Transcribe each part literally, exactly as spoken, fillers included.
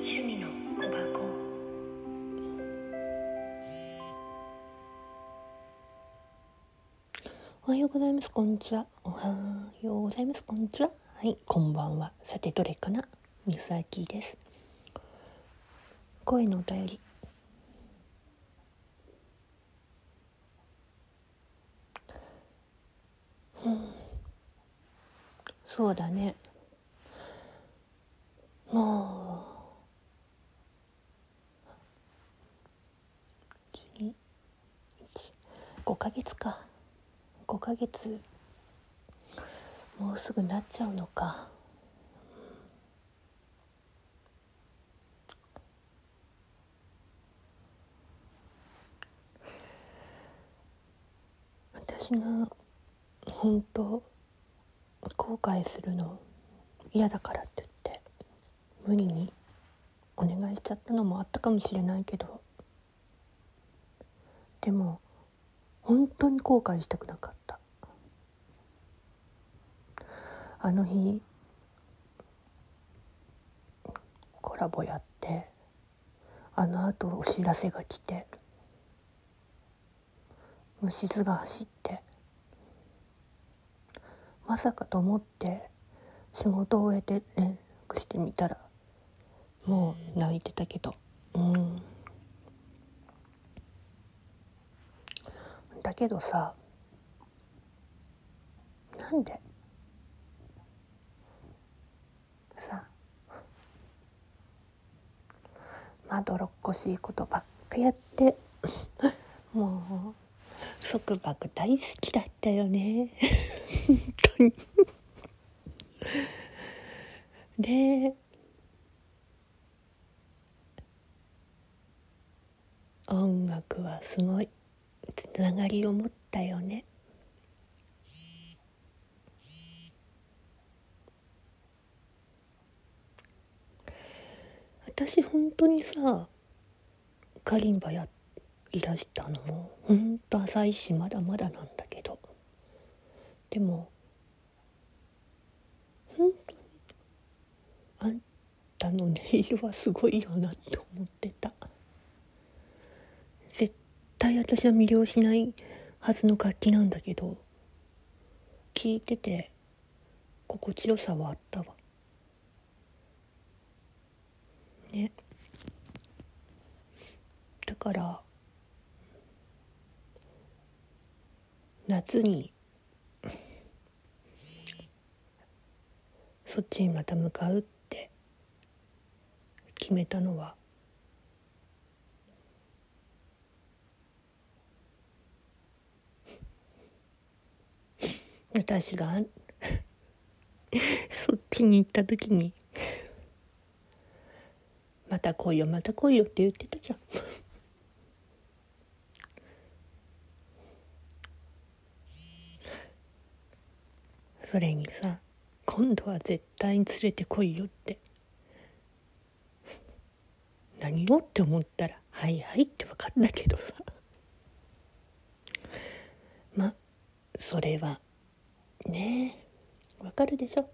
趣味の小箱。おはようございます、こんにちは。おはようございます、こんにちは。はい、こんばんは。さてどれかな、みさきです。声のお便り。うん、そうだね。もう次ごかげつか。ごかげつもうすぐなっちゃうのか。私が本当後悔するの嫌だからって言って無理にお願いしちゃったのもあったかもしれないけど、でも本当に後悔したくなかった。あの日コラボやって、あのあとお知らせが来て、虫唾が走って、まさかと思って仕事を終えて連絡してみたらもう泣いてたけど、うんだけどさ、なんでさ、まどろっこしいことばっかやってもう束縛大好きだったよね本当にで、音楽はすごいつながりを持ったよね。私本当にさ、カリンバやいらしたのも本当浅いしまだまだなんだけど、でも本当にあんたの音色はすごいよなって思ってた。絶対私は魅了しないはずの楽器なんだけど、聴いてて心地よさはあったわね。だから夏にそっちにまた向かうって決めたのは私がそっちに行った時にまた来いよまた来いよって言ってたじゃんそれにさ、今度は絶対に連れてこいよって何をって思ったらはいはいって分かったけどさ、まそれはねえわかるでしょ。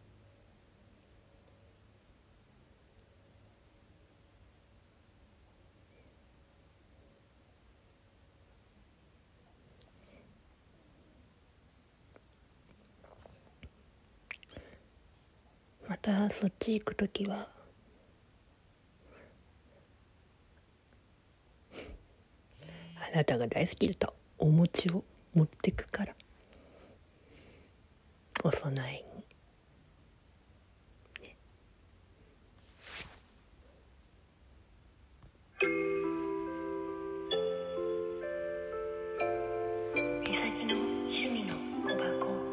またそっち行くときはあなたが大好きだとお餅を持ってくから、お供えに、ね、美咲の趣味の小箱。